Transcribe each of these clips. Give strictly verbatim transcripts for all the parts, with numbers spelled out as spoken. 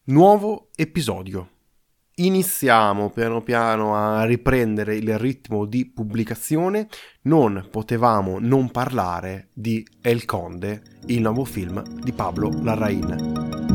Nuovo episodio. Iniziamo piano piano a riprendere il ritmo di pubblicazione. Non potevamo non parlare di El Conde, il nuovo film di Pablo Larraín.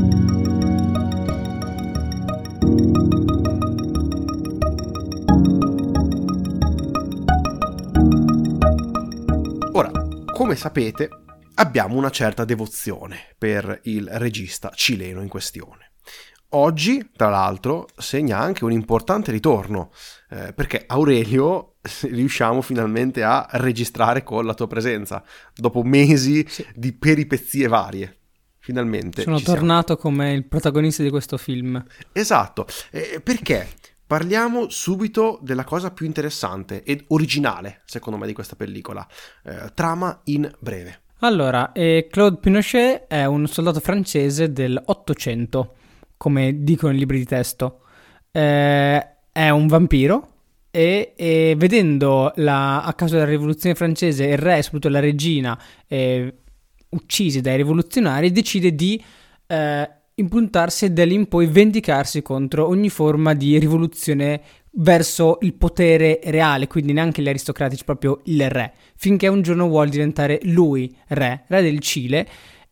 Ora, come sapete, abbiamo una certa devozione per il regista cileno in questione. Oggi, tra l'altro, segna anche un importante ritorno, eh, perché Aurelio riusciamo finalmente a registrare con la tua presenza, dopo mesi Sì. di peripezie varie. Finalmente Sono ci siamo. tornato come il protagonista di questo film. Esatto, eh, perché parliamo subito della cosa più interessante ed originale, secondo me, di questa pellicola. Eh, trama in breve. Allora, eh, Claude Pinochet è un soldato francese dell'Ottocento, come dicono i libri di testo. Eh, è un vampiro e, e vedendo la, a causa della rivoluzione francese il re e soprattutto la regina eh, uccisi dai rivoluzionari, decide di eh, impuntarsi e da lì in poi vendicarsi contro ogni forma di rivoluzione verso il potere reale, quindi neanche gli aristocratici, proprio il re, finché un giorno vuole diventare lui re, re del Cile,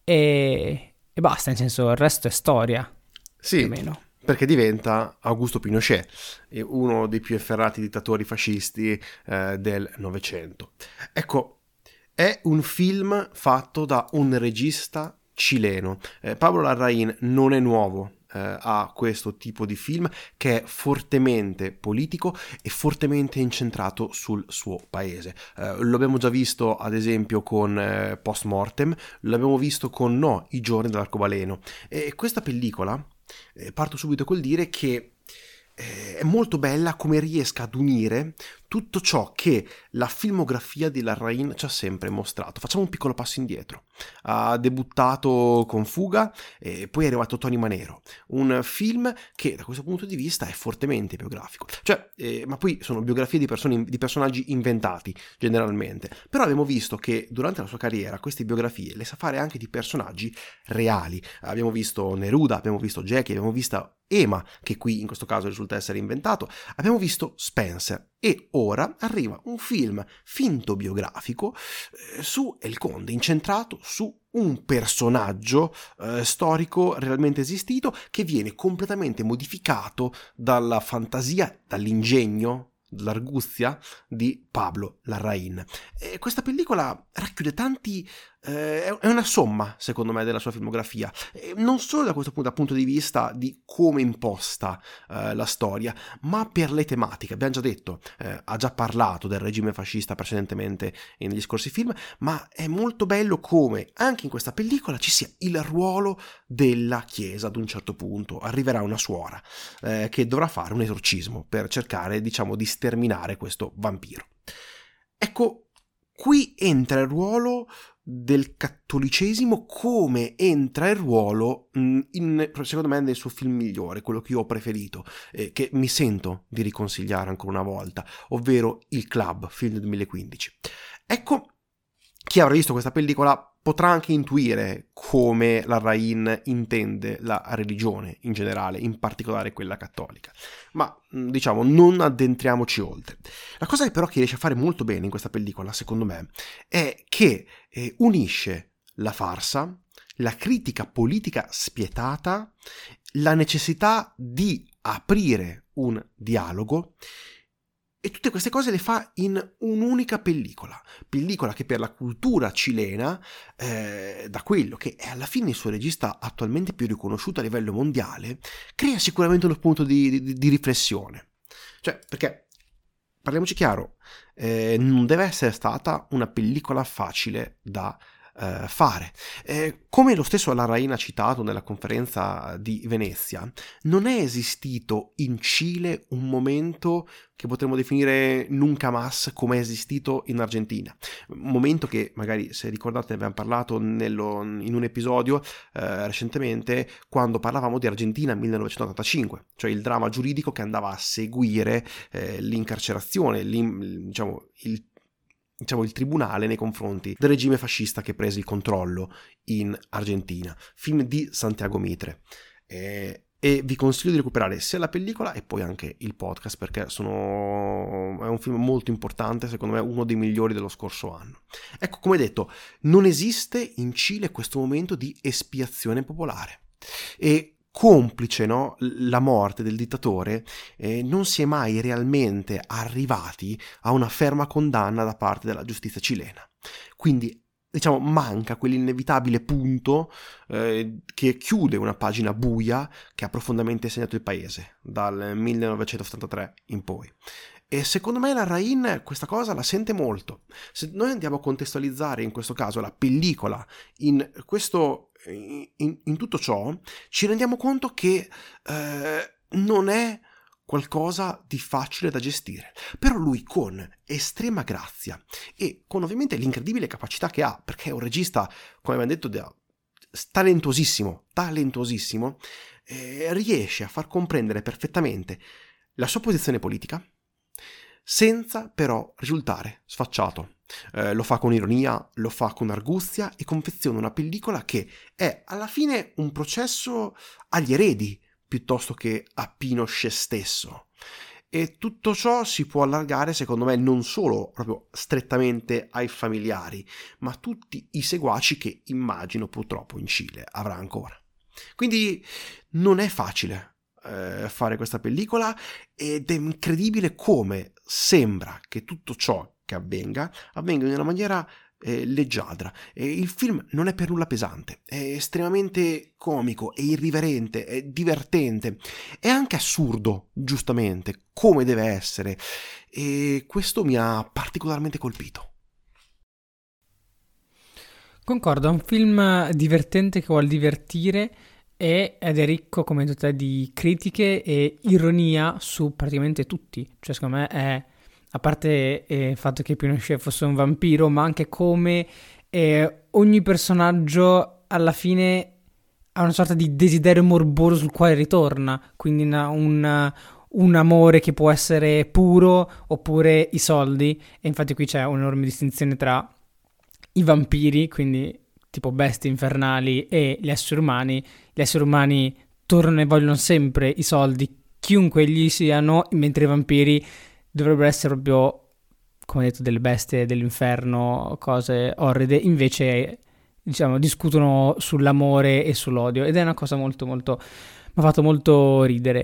e, e basta, nel senso il resto è storia, Sì, più o meno. perché diventa Augusto Pinochet, uno dei più efferrati dittatori fascisti eh, del Novecento. Ecco, è un film fatto da un regista cileno. Eh, Pablo Larraín non è nuovo eh, a questo tipo di film, che è fortemente politico e fortemente incentrato sul suo paese. Eh, lo abbiamo già visto ad esempio con eh, Post Mortem, l'abbiamo visto con No, i giorni dell'arcobaleno. E questa pellicola, eh, parto subito col dire che eh, è molto bella come riesca ad unire tutto ciò che la filmografia di Larraín ci ha sempre mostrato. Facciamo un piccolo passo indietro. Ha debuttato con Fuga e poi è arrivato Tony Manero, un film che da questo punto di vista è fortemente biografico. Cioè, eh, ma poi sono biografie di, persone, di personaggi inventati generalmente. Però abbiamo visto che durante la sua carriera queste biografie le sa fare anche di personaggi reali. Abbiamo visto Neruda, abbiamo visto Jackie, abbiamo visto Ema, che qui in questo caso risulta essere inventato, abbiamo visto Spencer e ora arriva un film finto biografico eh, su El Conde, incentrato su un personaggio eh, storico realmente esistito che viene completamente modificato dalla fantasia, dall'ingegno, dall'arguzia di Pablo Larraín. E questa pellicola racchiude tanti, eh, è una somma secondo me della sua filmografia, e non solo da questo punto, dal punto di vista di come imposta eh, la storia, ma per le tematiche. Abbiamo già detto, eh, ha già parlato del regime fascista precedentemente negli scorsi film, ma è molto bello come anche in questa pellicola ci sia il ruolo della Chiesa. Ad un certo punto arriverà una suora eh, che dovrà fare un esorcismo per cercare, diciamo, di sterminare questo vampiro. Ecco, qui entra il ruolo del cattolicesimo, come entra il ruolo mh, in, secondo me, nel suo film migliore, quello che io ho preferito, eh, che mi sento di riconsigliare ancora una volta, ovvero Il Club, film del duemilaquindici. Ecco, chi avrà visto questa pellicola potrà anche intuire come Larraín intende la religione in generale, in particolare quella cattolica. Ma, diciamo, non addentriamoci oltre. La cosa che però che riesce a fare molto bene in questa pellicola, secondo me, è che eh, unisce la farsa, la critica politica spietata, la necessità di aprire un dialogo, e tutte queste cose le fa in un'unica pellicola, pellicola che per la cultura cilena, eh, da quello che è alla fine il suo regista attualmente più riconosciuto a livello mondiale, crea sicuramente uno spunto di, di, di riflessione. Cioè, perché, parliamoci chiaro, eh, non deve essere stata una pellicola facile da Uh, fare. Eh, come lo stesso Larraín ha citato nella conferenza di Venezia, non è esistito in Cile un momento che potremmo definire nunca más come è esistito in Argentina. Un momento che magari, se ricordate, ne abbiamo parlato nello, in un episodio eh, recentemente, quando parlavamo di Argentina millenovecentottantacinque, cioè il dramma giuridico che andava a seguire eh, l'incarcerazione, diciamo il diciamo il tribunale nei confronti del regime fascista che prese il controllo in Argentina. Film di Santiago Mitre. Eh, e vi consiglio di recuperare sia la pellicola e poi anche il podcast, perché sono... è un film molto importante, secondo me uno dei migliori dello scorso anno. Ecco, come detto, non esiste in Cile questo momento di espiazione popolare e complice, no, la morte del dittatore, eh, non si è mai realmente arrivati a una ferma condanna da parte della giustizia cilena. Quindi diciamo manca quell'inevitabile punto eh, che chiude una pagina buia che ha profondamente segnato il paese dal millenovecentosettantatré in poi. E secondo me la Larraín questa cosa la sente molto. Se noi andiamo a contestualizzare in questo caso la pellicola in questo in, in tutto ciò, ci rendiamo conto che eh, non è qualcosa di facile da gestire, però lui con estrema grazia e con ovviamente l'incredibile capacità che ha, perché è un regista, come abbiamo detto, talentosissimo, talentosissimo, eh, riesce a far comprendere perfettamente la sua posizione politica senza però risultare sfacciato. Eh, lo fa con ironia, lo fa con arguzia e confeziona una pellicola che è alla fine un processo agli eredi piuttosto che a Pinochet stesso. E tutto ciò si può allargare, secondo me, non solo proprio strettamente ai familiari, ma a tutti i seguaci che immagino purtroppo in Cile avrà ancora. Quindi non è facile eh, fare questa pellicola ed è incredibile come sembra che tutto ciò che avvenga avvenga in una maniera eh, leggiadra. E il film non è per nulla pesante, è estremamente comico, è irriverente, è divertente, è anche assurdo, giustamente, come deve essere, e questo mi ha particolarmente colpito. Concordo, è un film divertente che vuol divertire e, ed è ricco, come detto te, di critiche e ironia su praticamente tutti. Cioè, secondo me è, a parte eh, il fatto che Pinochet fosse un vampiro, ma anche come eh, ogni personaggio alla fine ha una sorta di desiderio morboso sul quale ritorna, quindi una, un, un amore che può essere puro oppure i soldi, e infatti qui c'è un'enorme distinzione tra i vampiri, quindi tipo bestie infernali, e gli esseri umani. Gli esseri umani tornano e vogliono sempre i soldi, chiunque gli siano, mentre i vampiri dovrebbero essere proprio, come detto, delle bestie dell'inferno, cose orride, invece diciamo discutono sull'amore e sull'odio, ed è una cosa molto molto mi ha fatto molto ridere.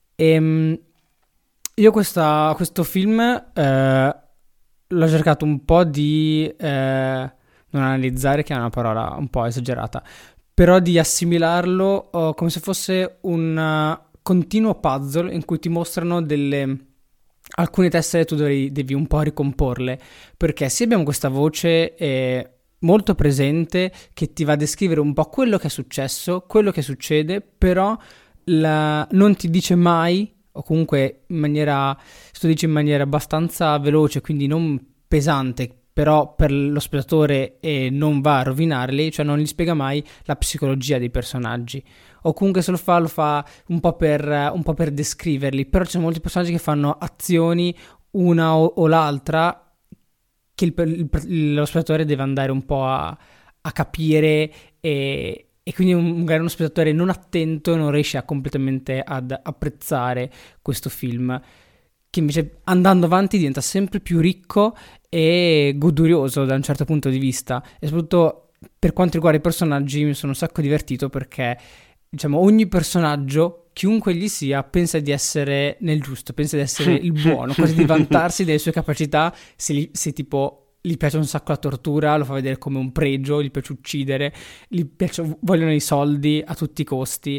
E io questa, questo film eh, l'ho cercato un po' di eh, non analizzare, che è una parola un po' esagerata, però di assimilarlo oh, come se fosse un uh, continuo puzzle in cui ti mostrano delle alcune tessere, tu devi, devi un po' ricomporle, perché sì, abbiamo questa voce eh, molto presente che ti va a descrivere un po' quello che è successo, quello che succede, però la, non ti dice mai, o comunque in maniera, se tu dici in maniera abbastanza veloce, quindi non pesante, però per lo spettatore eh, non va a rovinarli, cioè non gli spiega mai la psicologia dei personaggi, o comunque se lo fa lo fa un po' per, un po' per descriverli, però ci sono molti personaggi che fanno azioni una o, o l'altra che il, il, lo spettatore deve andare un po' a, a capire, e, e quindi un, magari uno spettatore non attento non riesce a completamente ad apprezzare questo film, che invece andando avanti diventa sempre più ricco e godurioso da un certo punto di vista. E soprattutto per quanto riguarda i personaggi mi sono un sacco divertito, perché diciamo ogni personaggio, chiunque gli sia, pensa di essere nel giusto, pensa di essere il buono, quasi di vantarsi delle sue capacità. Se, li, se tipo gli piace un sacco la tortura, lo fa vedere come un pregio, gli piace uccidere, gli piace, vogliono i soldi a tutti i costi,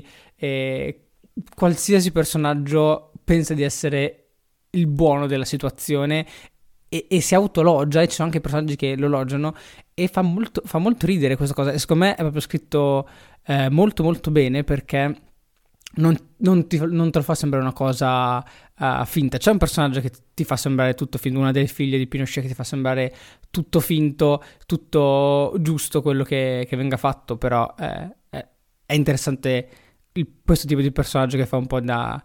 e qualsiasi personaggio pensa di essere il buono della situazione e, e si autologia, e ci sono anche personaggi che lo logiano, e fa molto, fa molto ridere questa cosa, e secondo me è proprio scritto eh, molto molto bene, perché non, non, ti, non te lo fa sembrare una cosa uh, finta. C'è un personaggio che ti fa sembrare tutto finto, una delle figlie di Pinochet che ti fa sembrare tutto finto, tutto giusto quello che, che venga fatto, però eh, è, è interessante il, questo tipo di personaggio che fa un po' da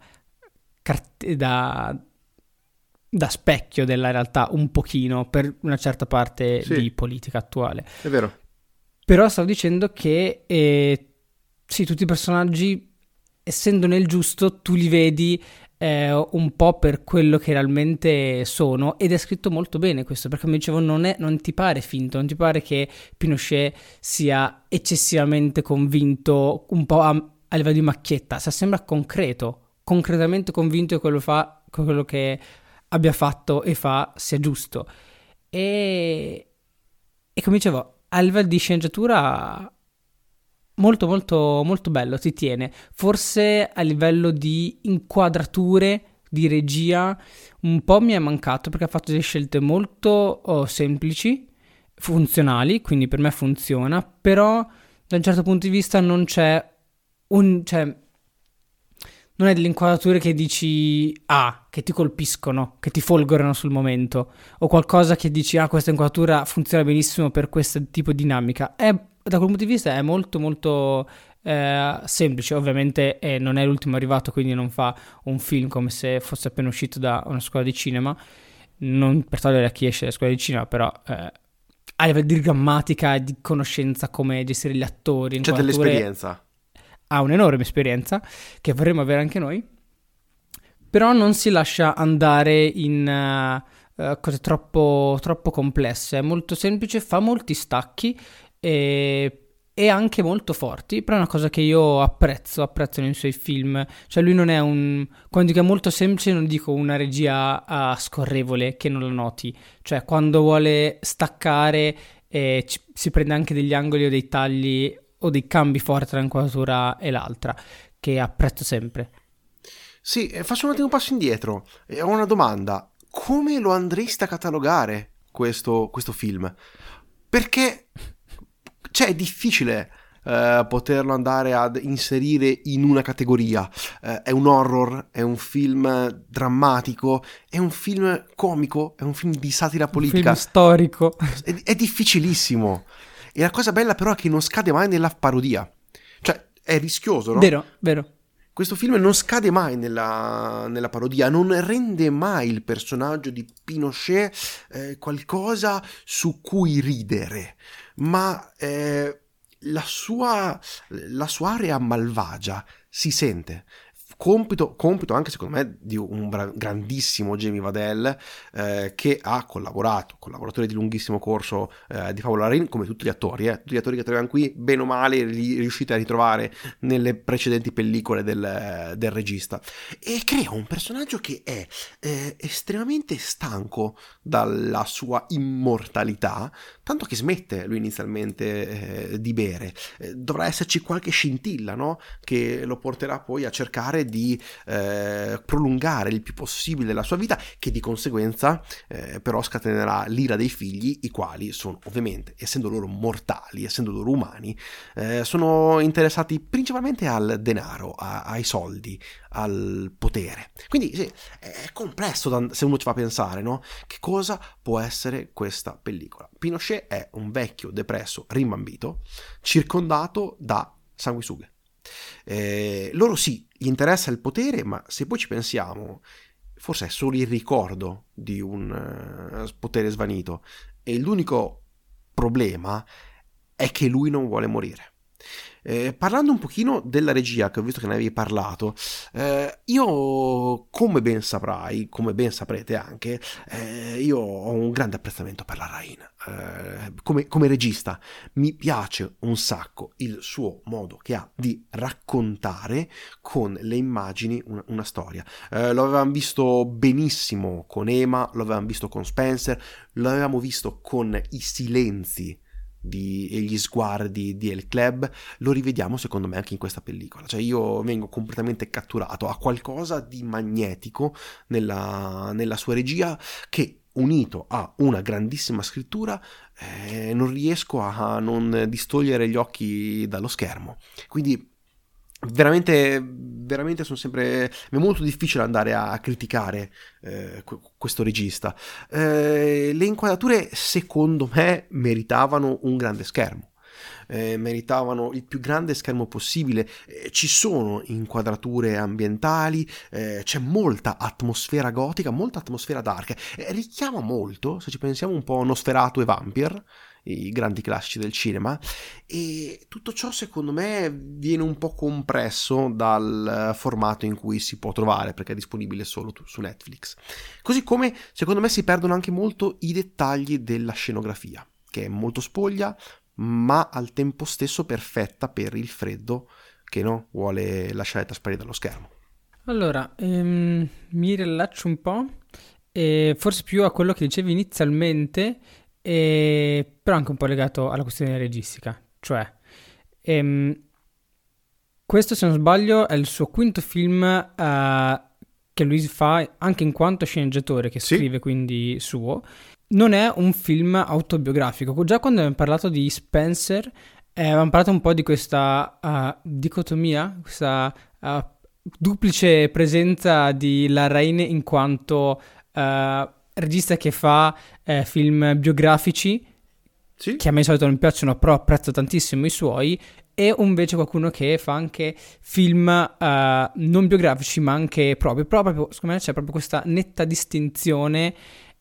da da specchio della realtà, un pochino, per una certa parte sì. di politica attuale. È vero. Però stavo dicendo che eh, sì, tutti i personaggi essendo nel giusto, tu li vedi eh, un po' per quello che realmente sono, ed è scritto molto bene questo, perché come dicevo non, è, non ti pare finto, non ti pare che Pinochet sia eccessivamente convinto, un po' a, a livello di macchietta, cioè, sembra concreto, concretamente convinto che quello, fa, quello che abbia fatto e fa sia giusto. E, e come dicevo, a livello di sceneggiatura molto molto molto bello, ti tiene. Forse a livello di inquadrature, di regia, un po' mi è mancato perché ha fatto delle scelte molto oh, semplici, funzionali, quindi per me funziona, però da un certo punto di vista non c'è un... cioè non è delle inquadrature che dici ah, che ti colpiscono, che ti folgorano sul momento, o qualcosa che dici ah, questa inquadratura funziona benissimo per questo tipo di dinamica. È, da quel punto di vista è molto molto eh, semplice. Ovviamente eh, non è l'ultimo arrivato, quindi non fa un film come se fosse appena uscito da una scuola di cinema, non per togliere a chi esce da scuola di cinema, però eh, a livello di grammatica e di conoscenza come gestire gli attori, c'è dell'esperienza, ha un'enorme esperienza che vorremmo avere anche noi, però non si lascia andare in uh, uh, cose troppo, troppo complesse, è molto semplice, fa molti stacchi e, e anche molto forti, però è una cosa che io apprezzo, apprezzo nei suoi film, cioè lui non è un, quando dico è molto semplice non dico una regia uh, scorrevole che non la noti, cioè quando vuole staccare eh, ci, si prende anche degli angoli o dei tagli o dei cambi forti tra un'inquadratura e l'altra, che apprezzo sempre. Sì, faccio un attimo un passo indietro e ho una domanda. Come lo andresti a catalogare questo, questo film? Perché cioè, è difficile eh, poterlo andare ad inserire in una categoria. Eh, è un horror, è un film drammatico, è un film comico, è un film di satira politica. Un film storico. È, è difficilissimo. E la cosa bella però è che non scade mai nella parodia. Cioè, è rischioso, no? Vero, vero. Questo film non scade mai nella, nella parodia, non rende mai il personaggio di Pinochet eh, qualcosa su cui ridere, ma eh, la sua, la sua area malvagia si sente. Compito, compito anche secondo me di un bra- grandissimo Jamie Vadel eh, che ha collaborato, collaboratore di lunghissimo corso eh, di Favola Rain, come tutti gli attori, eh, tutti gli attori che troviamo qui, bene o male, li riuscite a ritrovare nelle precedenti pellicole del, del regista, e crea un personaggio che è eh, estremamente stanco dalla sua immortalità, tanto che smette lui inizialmente eh, di bere. Eh, dovrà esserci qualche scintilla, no? Che lo porterà poi a cercare di eh, prolungare il più possibile la sua vita, che di conseguenza eh, però scatenerà l'ira dei figli, i quali sono ovviamente, essendo loro mortali, essendo loro umani, eh, sono interessati principalmente al denaro, a, ai soldi, al potere. Quindi sì, è complesso da, se uno ci fa pensare, no? Che cosa può essere questa pellicola? Pinochet è un vecchio depresso rimbambito circondato da sanguisughe. Eh, loro sì, gli interessa il potere, ma se poi ci pensiamo, forse è solo il ricordo di un uh, potere svanito, e l'unico problema è che lui non vuole morire. Eh, parlando un pochino della regia, che ho visto che ne avevi parlato, eh, io come ben saprai, come ben saprete anche, eh, io ho un grande apprezzamento per la Rain. Eh, come, come regista mi piace un sacco il suo modo che ha di raccontare con le immagini una, una storia. Eh, lo avevamo visto benissimo con Ema, lo avevamo visto con Spencer, lo avevamo visto con i silenzi Di, e gli sguardi di El Club, lo rivediamo secondo me anche in questa pellicola. Cioè io vengo completamente catturato a qualcosa di magnetico nella, nella sua regia, che unito a una grandissima scrittura eh, non riesco a non distogliere gli occhi dallo schermo. Quindi veramente veramente sono sempre è molto difficile andare a criticare eh, questo regista. Eh, le inquadrature secondo me meritavano un grande schermo, eh, meritavano il più grande schermo possibile. Eh, ci sono inquadrature ambientali, eh, c'è molta atmosfera gotica, molta atmosfera dark, eh, richiama molto, se ci pensiamo, un po' Nosferatu e Vampire, i grandi classici del cinema, e tutto ciò secondo me viene un po' compresso dal formato in cui si può trovare, perché è disponibile solo su Netflix. Così come secondo me si perdono anche molto i dettagli della scenografia, che è molto spoglia ma al tempo stesso perfetta per il freddo che no, vuole lasciare trasparire dallo schermo. Allora, ehm, mi rilaccio un po', e forse più a quello che dicevi inizialmente, e- però anche un po' legato alla questione registica. Cioè, ehm, questo se non sbaglio è il suo quinto film eh, che lui fa anche in quanto sceneggiatore, che Sì. scrive quindi suo. Non è un film autobiografico. Già quando abbiamo parlato di Spencer, eh, avevamo parlato un po' di questa eh, dicotomia, questa eh, duplice presenza di Larraín in quanto eh, regista che fa eh, film biografici, Sì. che a me di solito non piacciono, però apprezzo tantissimo i suoi, e invece qualcuno che fa anche film eh, non biografici ma anche propri. Però proprio, secondo me c'è proprio questa netta distinzione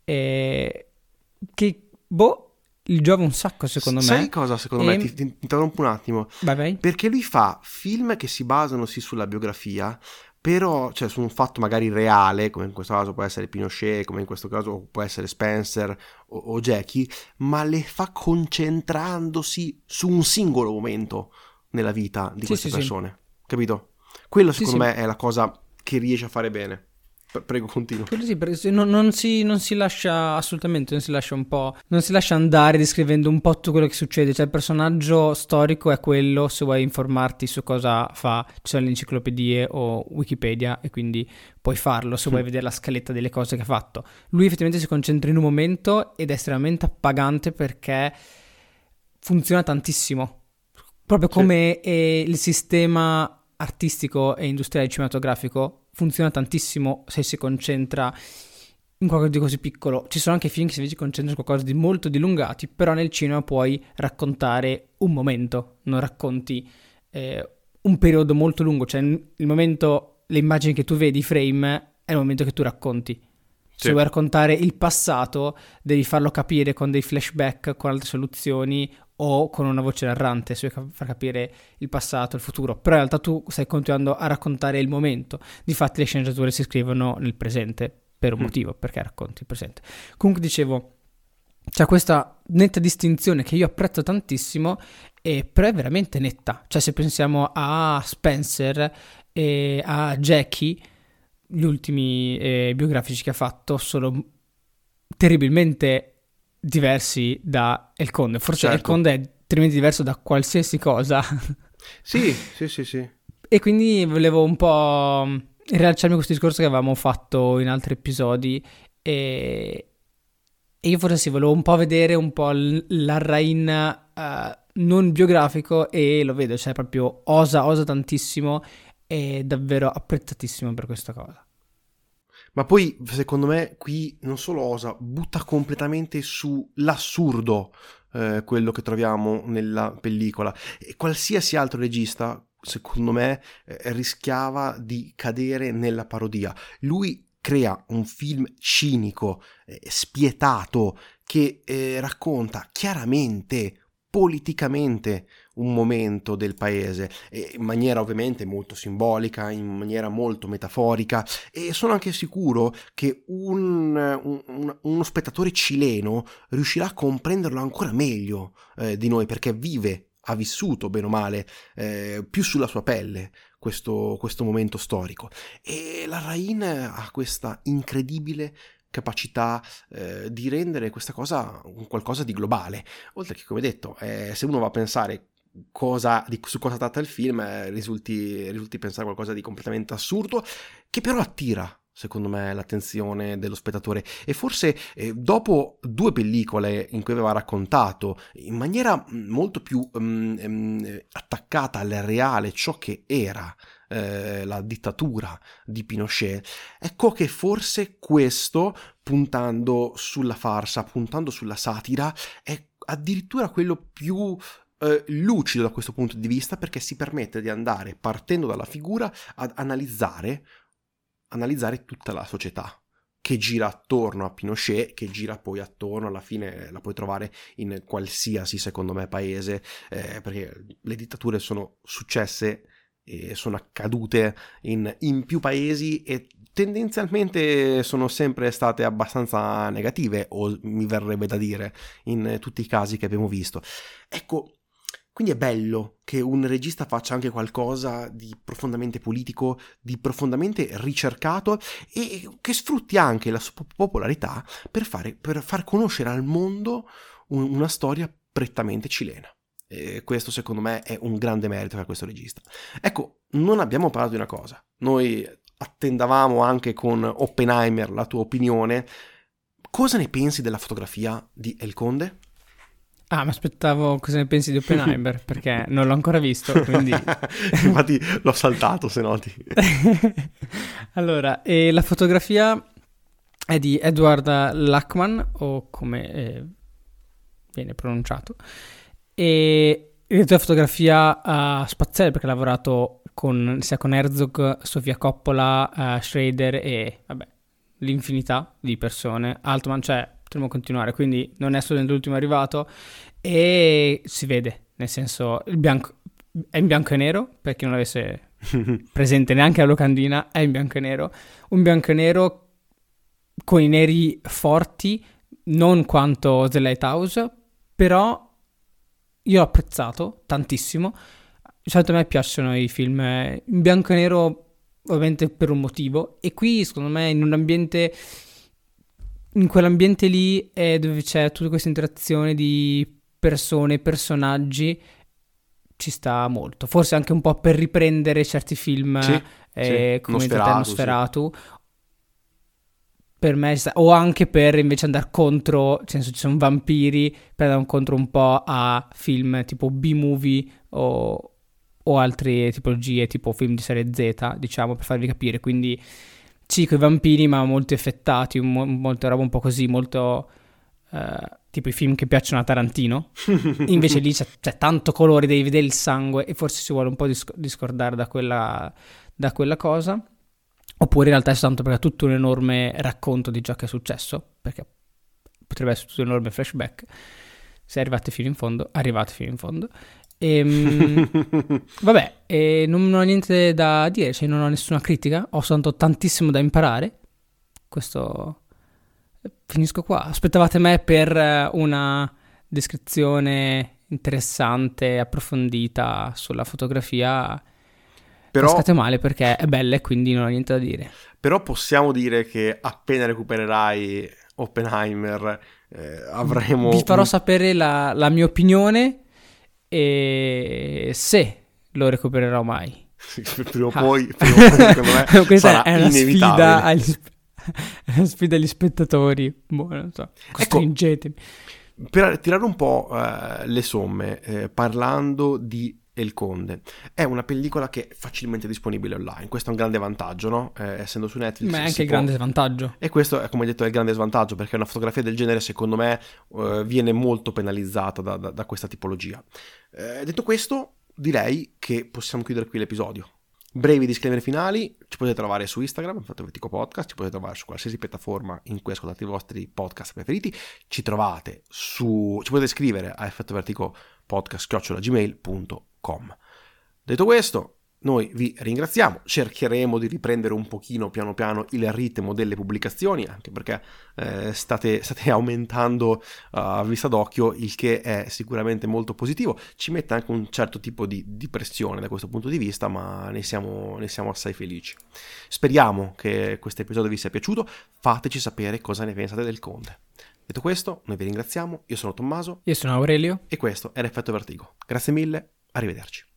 eh, che, boh, gli giova un sacco secondo S- me. Sai cosa secondo E- me? Ti, ti interrompo un attimo. Vai, vai. Perché lui fa film che si basano sì sulla biografia, però, cioè su un fatto magari reale, come in questo caso può essere Pinochet, come in questo caso può essere Spencer o, o Jackie, ma le fa concentrandosi su un singolo momento nella vita di Sì, queste sì, sì. persone, capito? Quello Sì, secondo sì. me è la cosa che riesce a fare bene. Pre- Prego, continua. Quello sì, perché se non, non si, non si lascia assolutamente, non si lascia un po', non si lascia andare descrivendo un po' tutto quello che succede. Cioè, il personaggio storico è quello, se vuoi informarti su cosa fa, ci sono le enciclopedie o Wikipedia, e quindi puoi farlo se vuoi Mm. vedere la scaletta delle cose che ha fatto. Lui effettivamente si concentra in un momento ed è estremamente appagante perché funziona tantissimo. Proprio Sì. come eh, il sistema artistico e industriale cinematografico funziona tantissimo se si concentra in qualcosa di così piccolo. Ci sono anche film che si invece concentrano su qualcosa di molto dilungati, però nel cinema puoi raccontare un momento, non racconti eh, un periodo molto lungo. Cioè il momento, le immagini che tu vedi, i frame, è il momento che tu racconti. Se Sì. vuoi raccontare il passato, devi farlo capire con dei flashback, con altre soluzioni o con una voce narrante, se vuoi far capire il passato, il futuro. Però in realtà tu stai continuando a raccontare il momento. Difatti le sceneggiature si scrivono nel presente per un Mm. motivo, perché racconti il presente. Comunque dicevo, c'è questa netta distinzione che io apprezzo tantissimo, e però è veramente netta. Cioè se pensiamo a Spencer e a Jackie, gli ultimi eh, biografici che ha fatto sono terribilmente diversi da El Conde. Forse El Certo. Conde è terribilmente diverso da qualsiasi cosa. Sì, sì, sì, sì. E quindi volevo un po' riallacciarmi a questo discorso che avevamo fatto in altri episodi, e, e io forse sì, volevo un po' vedere un po' l- l'Arrain eh, non biografico, e lo vedo, cioè proprio osa, osa tantissimo, e davvero apprezzatissimo per questa cosa. Ma poi, secondo me, qui non solo osa, butta completamente sull'assurdo eh, quello che troviamo nella pellicola. E qualsiasi altro regista, secondo me, eh, rischiava di cadere nella parodia. Lui crea un film cinico, eh, spietato, che eh, racconta chiaramente, politicamente, un momento del paese, e in maniera ovviamente molto simbolica, in maniera molto metaforica, e sono anche sicuro che un, un- uno spettatore cileno riuscirà a comprenderlo ancora meglio eh, di noi, perché vive, ha vissuto bene o male eh, più sulla sua pelle questo, questo momento storico. E la Larraín ha questa incredibile capacità eh, di rendere questa cosa un qualcosa di globale, oltre che, come detto, eh, se uno va a pensare cosa, di, su cosa tratta il film, eh, risulti, risulti pensare qualcosa di completamente assurdo, che però attira, secondo me, l'attenzione dello spettatore. E forse eh, dopo due pellicole in cui aveva raccontato in maniera molto più um, um, attaccata al reale ciò che era eh, la dittatura di Pinochet, ecco che forse questo, puntando sulla farsa, puntando sulla satira, è addirittura quello più eh, lucido da questo punto di vista, perché si permette di andare, partendo dalla figura, ad analizzare analizzare tutta la società, che gira attorno a Pinochet, che gira poi attorno, alla fine la puoi trovare in qualsiasi, secondo me, paese, eh, perché le dittature sono successe e sono accadute in, in più paesi e tendenzialmente sono sempre state abbastanza negative, o mi verrebbe da dire, in tutti i casi che abbiamo visto. Ecco, quindi è bello che un regista faccia anche qualcosa di profondamente politico, di profondamente ricercato e che sfrutti anche la sua popolarità per, fare, per far conoscere al mondo un, una storia prettamente cilena. E questo secondo me è un grande merito per questo regista. Ecco, non abbiamo parlato di una cosa. Noi attendavamo anche con Oppenheimer la tua opinione. Cosa ne pensi della fotografia di El Conde? Ah, mi aspettavo cosa ne pensi di Oppenheimer, perché non l'ho ancora visto, quindi... Infatti l'ho saltato, se noti. Allora, e la fotografia è di Edward Lachman, o come eh, viene pronunciato, e la tua fotografia uh, spaziale, perché ha lavorato con, sia con Herzog, Sofia Coppola, uh, Schrader e, vabbè, l'infinità di persone. Altman, cioè... potremmo continuare, quindi non è solo l'ultimo arrivato e si vede, nel senso il bianco è in bianco e nero, per chi non l'avesse presente neanche la locandina, è in bianco e nero, un bianco e nero con i neri forti, non quanto The Lighthouse, però io ho apprezzato tantissimo. Di solito a me piacciono i film in bianco e nero, ovviamente per un motivo, e qui secondo me in un ambiente... in quell'ambiente lì è dove c'è tutta questa interazione di persone, personaggi, ci sta molto. Forse anche un po' per riprendere certi film sì, eh, sì. come Nosferatu, Nosferatu. Sì. Per me sta... o anche per invece andare contro, nel senso ci sono vampiri, per andare contro un po' a film tipo B-movie o, o altre tipologie, tipo film di serie Z, diciamo, per farvi capire. Quindi sì, con i vampiri, ma molto effettati, mo- molto roba un po' così, molto uh, tipo i film che piacciono a Tarantino. Invece lì c'è, c'è tanto colore, devi vedere il sangue e forse si vuole un po' dis- discordare da quella, da quella cosa. Oppure in realtà è soltanto perché è tutto un enorme racconto di ciò che è successo, perché potrebbe essere tutto un enorme flashback. Se arrivate fino in fondo, arrivate fino in fondo. E, vabbè, e non, non ho niente da dire, cioè non ho nessuna critica, ho soltanto tantissimo da imparare. Questo finisco qua. Aspettavate me per una descrizione interessante, approfondita sulla fotografia. Però cascate male perché è bella e quindi non ho niente da dire. Però possiamo dire che appena recupererai Oppenheimer eh, avremo... Vi farò un... sapere la, la mia opinione e se lo recupererò mai. prima o poi, ah. prima o poi secondo me questa sarà è una inevitabile. Sfida agli sp- una sfida agli spettatori. Boh, non so, costringetemi. Ecco, per tirare un po' uh, le somme, eh, parlando di El Conde, è una pellicola che è facilmente disponibile online. Questo è un grande vantaggio, no? Eh, essendo su Netflix. Ma è anche il può... grande svantaggio. E questo è, come detto, è il grande svantaggio, perché una fotografia del genere, secondo me, eh, viene molto penalizzata da, da, da questa tipologia. Eh, detto questo, direi che possiamo chiudere qui l'episodio. Brevi disclaimer finali: ci potete trovare su Instagram, Effetto Vertigo Podcast, ci potete trovare su qualsiasi piattaforma in cui ascoltate i vostri podcast preferiti, ci trovate su, ci potete scrivere a effettoverticopodcast chiocciola gmail punto com. Detto questo, noi vi ringraziamo, cercheremo di riprendere un pochino piano piano il ritmo delle pubblicazioni, anche perché eh, state, state aumentando uh, a vista d'occhio, il che è sicuramente molto positivo. Ci mette anche un certo tipo di, di pressione da questo punto di vista, ma ne siamo, ne siamo assai felici. Speriamo che questo episodio vi sia piaciuto, fateci sapere cosa ne pensate del Conde. Detto questo, noi vi ringraziamo, io sono Tommaso. Io sono Aurelio. E questo era Effetto Vertigo. Grazie mille, arrivederci.